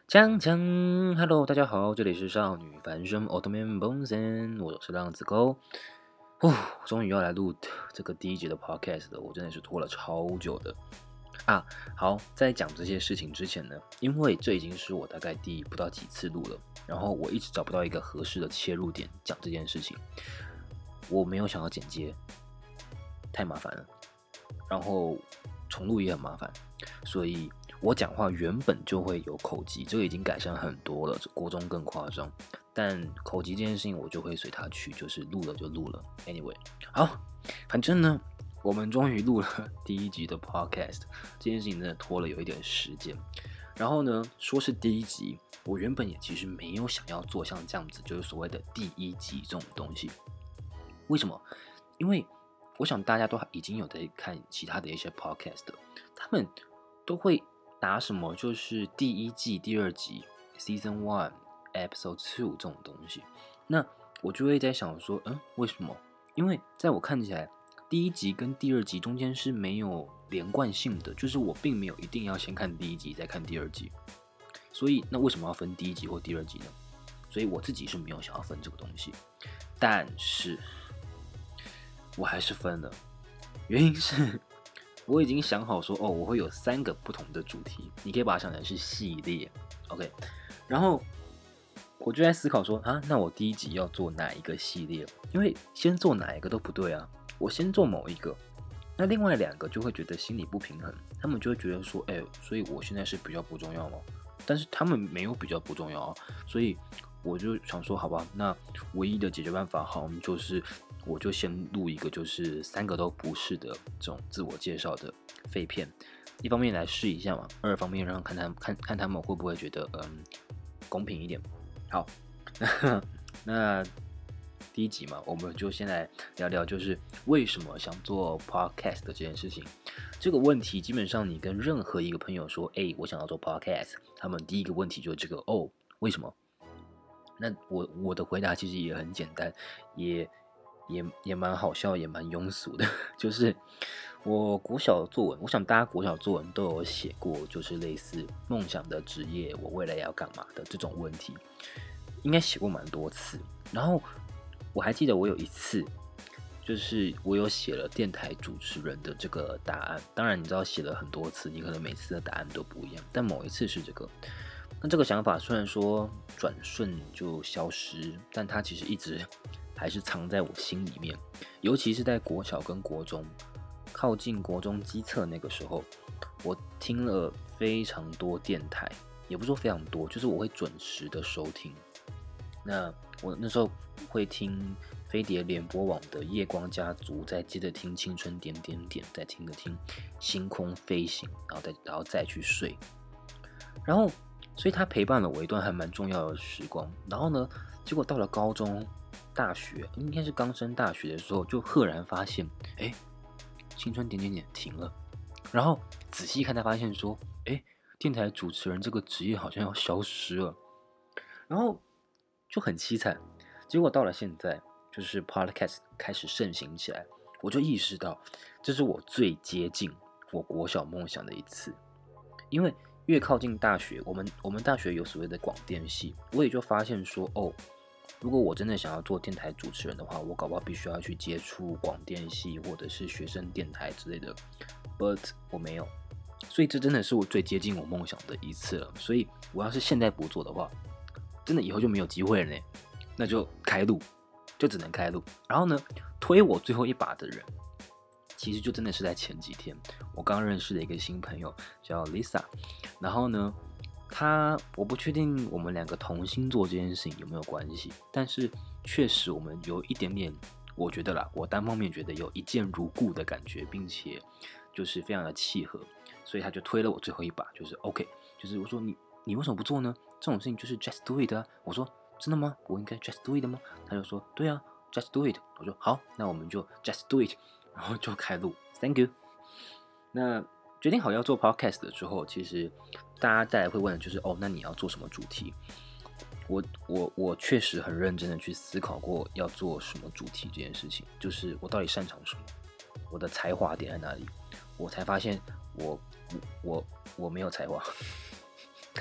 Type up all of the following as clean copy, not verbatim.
锵锵 ，Hello，大家好，这里是少女繁生 Ottoman Bonsen，我是浪子沟。终于要来录这个第一集的 Podcast 了，我真的是拖了超久的啊。好，在讲这些事情之前呢，因为这已经是我大概第不到几次录了，然后我一直找不到一个合适的切入点讲这件事情，我没有想要剪接，太麻烦了，然后重录也很麻烦，所以我讲话原本就会有口疾，这个已经改善很多了，国中更夸张。但口疾这件事情我就会随他去，就是录了就录了。Anyway， 好，反正呢，我们终于录了第一集的 podcast， 这件事情真的拖了有一点时间。然后呢，说是第一集，我原本也其实没有想要做像这样子，就是所谓的第一集这种东西。为什么？因为我想大家都已经有在看其他的一些 podcast， 他们都会打什么就是第一季、第二集 Season 1、Episode 2这种东西。那我就会在想说，为什么？因为在我看起来，第一集跟第二集中间是没有连贯性的，就是我并没有一定要先看第一集再看第二集。所以那为什么要分第一集或第二集呢？所以我自己是没有想要分这个东西，但是我还是分了，原因是我已经想好说，我会有3个不同的主题，你可以把它想成是系列 ，OK。然后我就在思考说，那我第一集要做哪一个系列？因为先做哪一个都不对啊，我先做某一个，那另外2个就会觉得心里不平衡，他们就会觉得说，所以我现在是比较不重要吗？但是他们没有比较不重要啊，所以我就想说，好吧，那唯一的解决办法，好像就是我就先录一个，就是3个都不是的这种自我介绍的废片，一方面来试一下嘛，二方面让看他们会不会觉得公平一点。好，那第一集嘛，我们就先来聊聊，就是为什么想做 podcast 的这件事情。这个问题基本上你跟任何一个朋友说，我想要做 podcast， 他们第一个问题就是这个，为什么？那我的回答其实也很简单，也蛮好笑，也蛮庸俗的，就是我国小作文，我想大家国小作文都有写过，就是类似梦想的职业，我未来要干嘛的这种问题，应该写过蛮多次。然后我还记得我有一次，就是我有写了电台主持人的这个答案，当然你知道写了很多次，你可能每次的答案都不一样，但某一次是这个。那这个想法虽然说转瞬就消失，但它其实一直还是藏在我心里面。尤其是在国小跟国中，靠近国中基测那个时候，我听了非常多电台，也不是说非常多，就是我会准时的收听。那我那时候会听飞碟联播网的夜光家族，再接着听青春点点点，再听星空飞行，然后再去睡。然后所以他陪伴了我一段还蛮重要的时光。然后呢，结果到了高中、大学，应该是刚升大学的时候，就赫然发现，青春点点点停了。然后仔细看，才发现说，电台主持人这个职业好像要消失了。然后就很凄惨。结果到了现在，就是 podcast 开始盛行起来，我就意识到，这是我最接近我国小梦想的一次，因为越靠近大学，我们大学有所谓的广电系，我也就发现说，如果我真的想要做电台主持人的话，我搞不好必须要去接触广电系或者是学生电台之类的 ，but 我没有，所以这真的是我最接近我梦想的一次了。所以我要是现在不做的话，真的以后就没有机会了呢，那就开录，就只能开录。然后呢，推我最后一把的人，其实就真的是在前几天，我刚认识的一个新朋友叫 Lisa， 然后呢，我不确定我们2个同星座这件事情有没有关系，但是确实我们有一点点，我觉得啦，我单方面觉得有一见如故的感觉，并且就是非常的契合，所以他就推了我最后一把，就是 OK， 就是我说你为什么不做呢？这种事情就是 just do it 啊。我说真的吗？我应该 just do it 吗？他就说对啊 just do it。我说好，那我们就 just do it， 然后就开录 Thank you。 那决定好要做 podcast 的之后，其实大家再来会问的就是那你要做什么主题？我确实很认真的去思考过要做什么主题这件事情，就是我到底擅长什么，我的才华点在哪里？我才发现我没有才华。看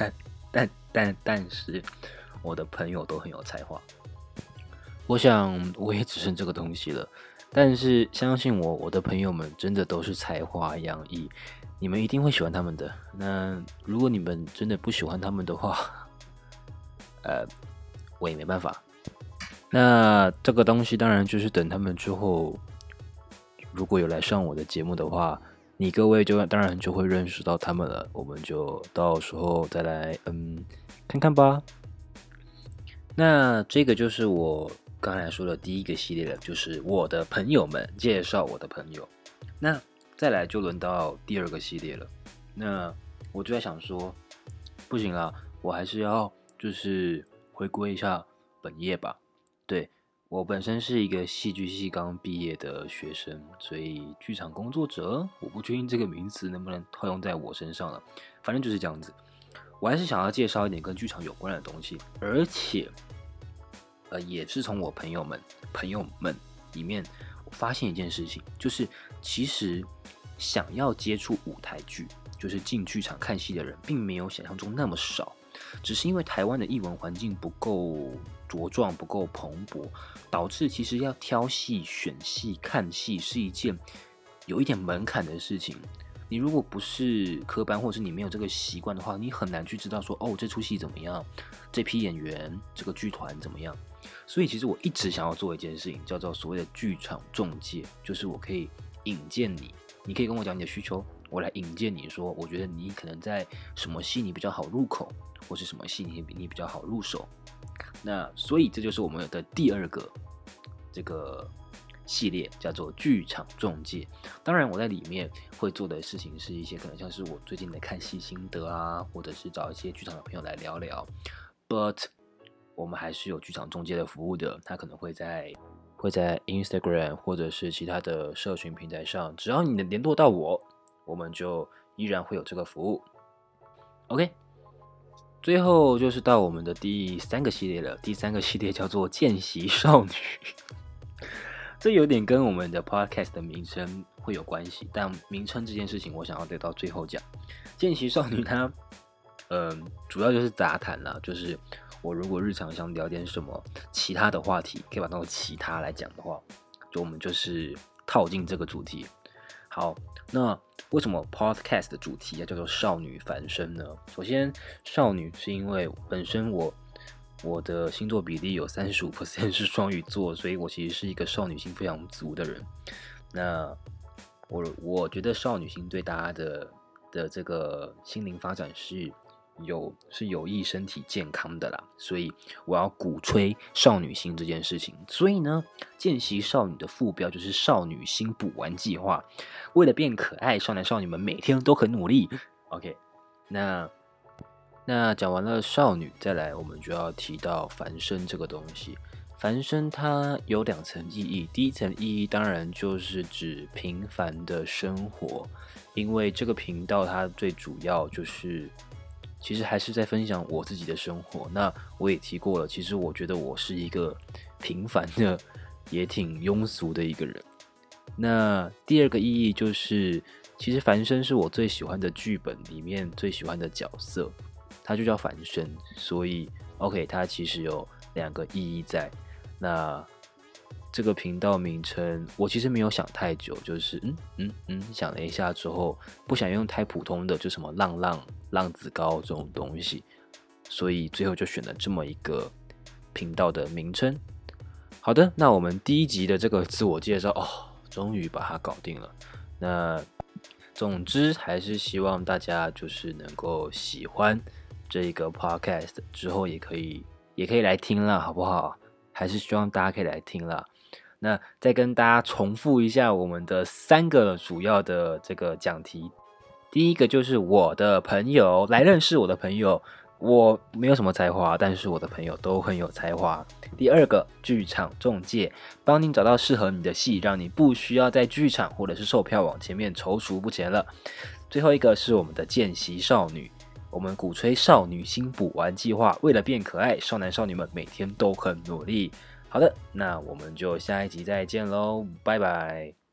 但是我的朋友都很有才华。我想我也只剩这个东西了，但是相信我，我的朋友们真的都是才华洋溢，你们一定会喜欢他们的。那如果你们真的不喜欢他们的话，我也没办法。那这个东西当然就是等他们之后，如果有来上我的节目的话，你各位当然就会认识到他们了。我们就到时候再来看看吧。那这个就是我刚才说的第一个系列了，就是我的朋友们，介绍我的朋友。那再来就轮到第二个系列了。那我就在想说，不行啦，我还是要就是回归一下本业吧。对，我本身是一个戏剧系刚毕业的学生，所以剧场工作者，我不确定这个名词能不能套用在我身上了。反正就是这样子。我还是想要介绍一点跟剧场有关的东西，而且也是从我朋友们里面，我发现一件事情，就是其实想要接触舞台剧，就是进剧场看戏的人，并没有想象中那么少，只是因为台湾的艺文环境不够茁壮，不够蓬勃，导致其实要挑戏、选戏、看戏是一件有一点门槛的事情。你如果不是科班，或者是你没有这个习惯的话，你很难去知道说，哦，这出戏怎么样，这批演员、这个剧团怎么样。所以其实我一直想要做一件事情，叫做所谓的剧场中介，就是我可以引荐你，你可以跟我讲你的需求，我来引荐你说，我觉得你可能在什么戏你比较好入口，或是什么戏你比较好入手。那所以这就是我们的第二个这个系列，叫做剧场中介。当然我在里面会做的事情是一些可能像是我最近的看戏心得啊，或者是找一些剧场的朋友来聊聊 but 我们还是有剧场中介的服务的，他可能会在 Instagram 或者是其他的社群平台上，只要你能联络到我，我们就依然会有这个服务。 OK， 最后就是到我们的第三个系列了。第三个系列叫做见习少女这有点跟我们的 podcast 的名称会有关系，但名称这件事情我想要留到最后讲。见习少女它主要就是杂谈啦，就是我如果日常想聊点什么其他的话题，可以把那个其他来讲的话，就我们就是套进这个主题。好，那为什么 podcast 的主题要叫做少女繁生呢？首先，少女是因为本身我的星座比例有35% 是双鱼座，所以我其实是一个少女心非常足的人。那我觉得少女心对大家的这个心灵发展是有益身体健康的啦，所以我要鼓吹少女心这件事情。所以呢，见习少女的副标就是少女心补完计划。为了变可爱，少男少女们每天都很努力。OK， 那讲完了少女，再来我们就要提到繁生这个东西。繁生它有两层意义，第一层意义当然就是指平凡的生活，因为这个频道它最主要就是其实还是在分享我自己的生活。那我也提过了，其实我觉得我是一个平凡的也挺庸俗的一个人。那第二个意义就是其实繁生是我最喜欢的剧本里面最喜欢的角色，它就叫繁生，所以 OK 它其实有两个意义在。那这个频道名称我其实没有想太久，就是想了一下之后，不想用太普通的就什么浪子高这种东西，所以最后就选了这么一个频道的名称。好的，那我们第一集的这个自我介绍终于把它搞定了。那总之还是希望大家就是能够喜欢这个 podcast， 之后也可以来听啦，好不好？还是希望大家可以来听啦。那再跟大家重复一下我们的3个主要的这个讲题。第一个就是我的朋友，来认识我的朋友。我没有什么才华，但是我的朋友都很有才华。第二个，剧场中介，帮您找到适合你的戏，让你不需要在剧场或者是售票网前面踌躇不前了。最后一个是我们的见习少女，我们鼓吹少女心补完计划，为了变可爱，少男少女们每天都很努力。好的，那我们就下一集再见喽，拜拜。